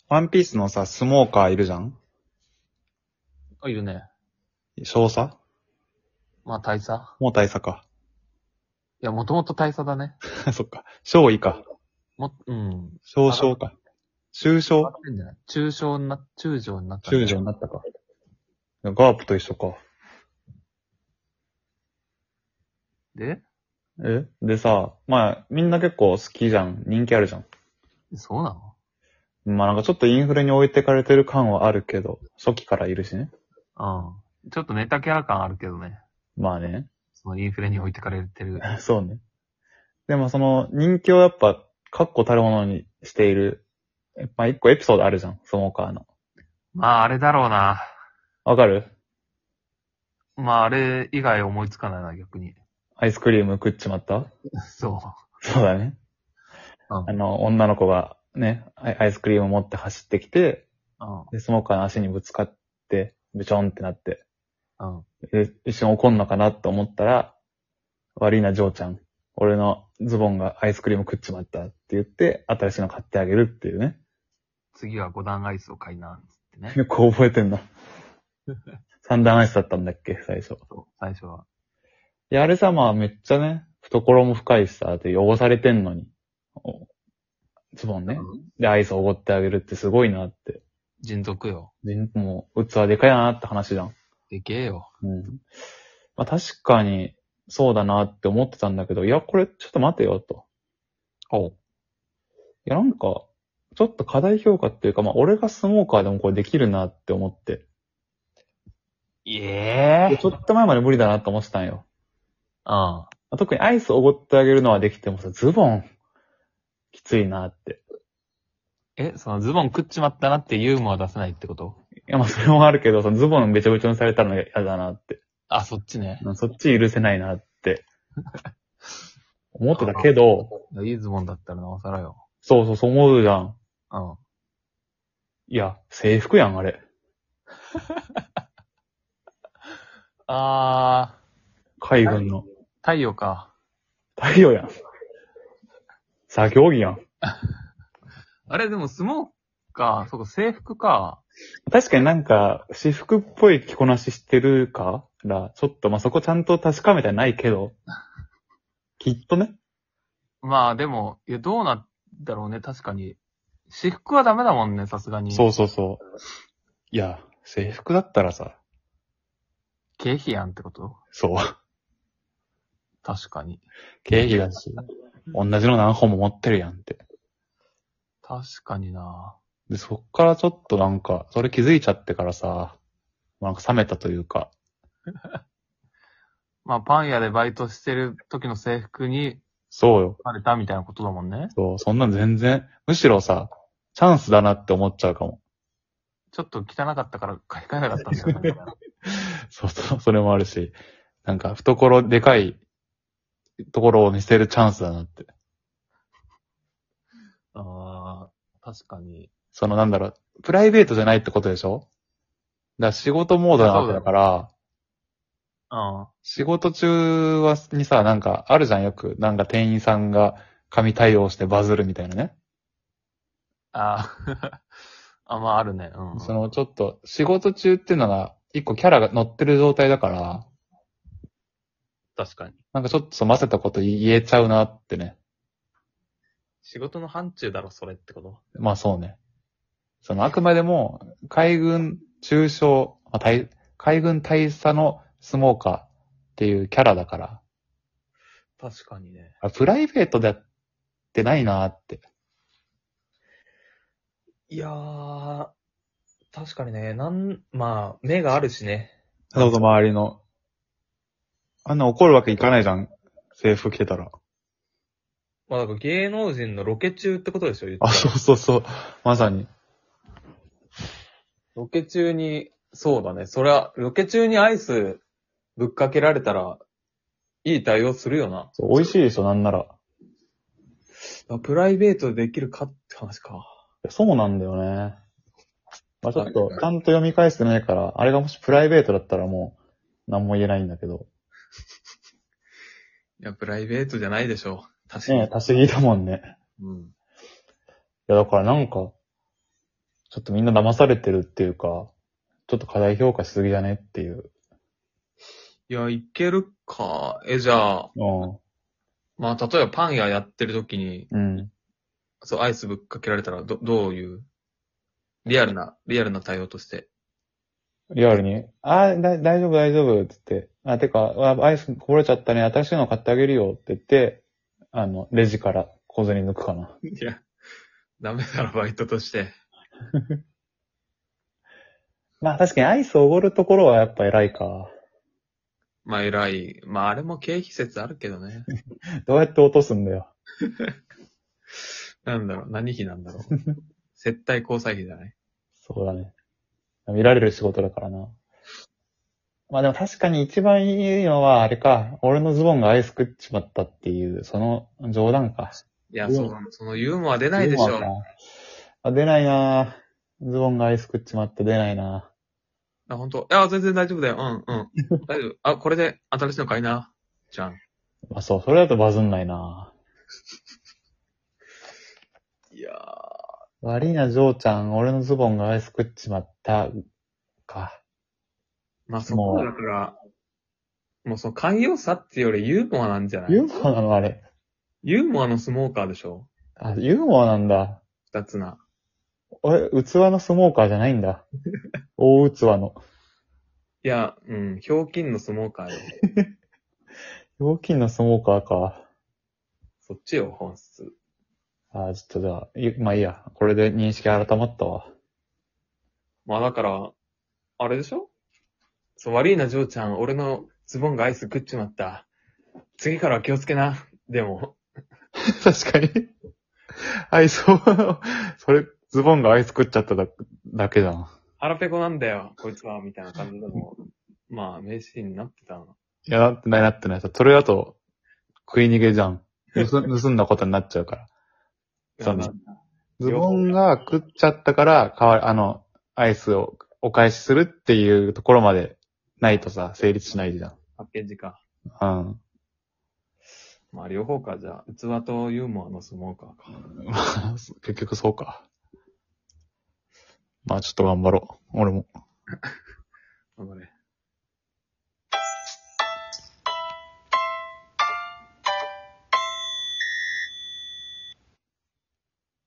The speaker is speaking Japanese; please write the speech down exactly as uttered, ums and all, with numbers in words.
ワンピースのさ、スモーカーいるじゃん。 あ、いるね。 少佐まあ大佐。 もう大佐か。 いや、もともと大佐だね。 そっか。少尉か。 も、うん。 少将か。中上が将ってんじゃない中将にな、中将になったん中じゃない将になったか。ガープと一緒か。 でえでさ、まあ、みんな結構好きじゃん。人気あるじゃん。 そうなのまあなんかちょっとインフレに置いてかれてる感はあるけど、初期からいるしね。 うん。ちょっとネタキャラ感あるけどね。 まあね。 そのインフレに置いてかれてる。 そうね。でもその人気をやっぱ、確固たるものにしている。まあ一個エピソードあるじゃん。スモーカーの。 まああれだろうな。 わかる？ まああれ以外思いつかないな、逆に。 アイスクリーム食っちまった？ そそうだね。 う。うん。 あの、女の子がね、アイアイスクリーム持って走ってきて、 うん。 で、スモーカーの足にぶつかって、ブチョンってなって、 うん。 で、一瞬怒んのかなって思ったら、悪いな、ジョーちゃん。俺のズボンがアイスクリーム食っちまったって言って、新しいの買ってあげるっていうね。 次はご段アイスを買いな、つってね。 よく覚えてんな。さん段アイスだったんだっけ、最初。 そう、最初は。 いや、あれさ、まあめっちゃね、懐も深いしさ、で、汚されてんのに、おズボンね。 うん。 で、アイスおごってあげるってすごいなって。 人族よ。 でもう、器でかいなって話じゃん。 でけえよ。 うん。まあ確かに、そうだなって思ってたんだけど、いや、これちょっと待てよと。 おう。 いや、なんか、ちょっと過大評価っていうか、まあ俺がスモーカーでもこれできるなって思って。 いえでちょっと前まで無理だなと思ってたんよ。 うん。 まあ特にアイスおごってあげるのはできてもさ、ズボン、きついなって。 え、そのズボン食っちまったなってユーモア出せないってこと？ いや、まあそれもあるけど、そのズボンべちょべちょにされたの嫌だなって。 あ、そっちね。 そっち許せないなって思ってたけど、 いやいいズボンだったらなおさらよ。 そうそう、そう思うじゃん。 うん。 いや、制服やん、あれ。 あ海軍の。 ー、太陽か。 太陽やん。作業着やん。 あれ、でもスモーカー、そうか、制服か。 確かになんか、私服っぽい着こなししてるから、ちょっとまあ、そこちゃんと確かめてないけど、きっとね。 まあでも、いや、どうなんだろうね、確かに。私服はダメだもんね、さすがに。 そうそうそう。いや、制服だったらさ、 経費やんってこと？ そう。 確かに。 経費だし、同じの何本も持ってるやんって。 確かにな。 で、そっからちょっとなんか、それ気づいちゃってからさ、なんか冷めたというか、 まあ、パン屋でバイトしてる時の制服に、 そうよ。 されたみたいなことだもんね。 そう、そんなん全然、むしろさ、チャンスだなって思っちゃうかも。 ちょっと汚かったから買い替えなかったんだよね。 そうそう、それもあるし、なんか懐でかいところを見せるチャンスだなって。 ああ、確かに。 そのなんだろう、プライベートじゃないってことでしょ？だから仕事モードなわけだから、 うん。 仕事中は、にさ、なんかあるじゃんよく。なんか店員さんが神対応してバズるみたいなね。 ああ、あ、まああるね。うん、うん。 そのちょっと仕事中っていうのが一個キャラが乗ってる状態だから、 確かに。 なんかちょっとそう、ませたこと言えちゃうなってね。 仕事の範疇だろ、それってこと？ まあそうね。そのあくまでも海軍中将、まあ、大海軍大佐のスモーカーっていうキャラだから、 確かにね。 あプライベートでやってないなって。 いやー、確かにね、なん、まあ、目があるしね。 そうそう、周りの。あんな怒るわけいかないじゃん。制服着てたら。 まあ、だから芸能人のロケ中ってことでしょ、言ったあ、 ら。 そうそうそう。まさに。 ロケ中に、そうだね。そりゃ、ロケ中にアイスぶっかけられたら、いい対応するよな。 そう美味しいでしょ、なんなら。 プライベートでできるかって話か。 そうなんだよね。まあちょっと、ちゃんと読み返してないから、あれがもしプライベートだったらもう、何も言えないんだけど。 いや、プライベートじゃないでしょ。確かに。 ねえ、足し木だもんね。 うん。 いや、だからなんか、 ちょっとみんな騙されてるっていうか、ちょっと過大評価しすぎじゃねっていう。 いや、いけるか。え、じゃあ、 うまあ、例えばパン屋やってる時に、 ん。うん。 そう、アイスぶっかけられたら、ど、どういう、リアルな、リアルな対応として。 リアルに、あ、だ、大丈夫大丈夫って言って、あ、てか、あアイスこぼれちゃったね、新しいの買ってあげるよって言って、あの、レジから小銭抜くかな。 いや、ダメだろ、バイトとして。 まあ確かにアイスおごるところはやっぱ偉いか。 まあ、偉い。まあ、あれも経費説あるけどね。 どうやって落とすんだよ。 なんだろう、何費なんだろう。接待交際費じゃない？ そうだね。見られる仕事だからな。まあでも確かに一番いいのはあれか。俺のズボンがアイス食っちまったっていう、その冗談か。 いや、 うんその、そのユーモア出ないでしょ。 ユーモアかあ、出ないなぁ。ズボンがアイス食っちまった出ないなあ、本当。いや、全然大丈夫だよ。うん、うん。大丈夫。あ、これで新しいの買いな。じゃん。 ぁ。まあそう、それだとバズんないないやー。 ぁ。悪いな、ジョーちゃん。俺のズボンがアイス食っちまったか。 まあ、そこはだから、もうその寛容さっていうよりユーモアなんじゃない？ ユーモアなのあれ。 ユーモアのスモーカーでしょ？ あ、ユーモアなんだ。 二つな。 俺、器のスモーカーじゃないんだ。大器の。 いや、うん、ひょうきんのスモーカーよ。 料金のスモーカーか。 そっちよ、本質。 あー、ちょっとじゃあ、いまあいいや。これで認識改まったわ。 まあだから、あれでしょ？そう、悪いな、ジョーちゃん。俺のズボンがアイス食っちまった。次からは気をつけな。でも、 確かに。アイスを、それ、ズボンがアイス食っちゃっただだけだな。 腹ペコなんだよ、こいつは、みたいな感じでも、まあ、名シーンになってたの。 いや、なってないなってない。それだと、食い逃げじゃん。盗盗んだことになっちゃうから。そうね。ズボンが食っちゃったから、かわあの、アイスをお返しするっていうところまでないとさ、成立しないじゃん。 パッケージか。 うん。 まあ、両方か、じゃあ、器とユーモアのスモーカーか。 まあ、結局そうか。まあちょっと頑張ろう。俺も。 頑張れ。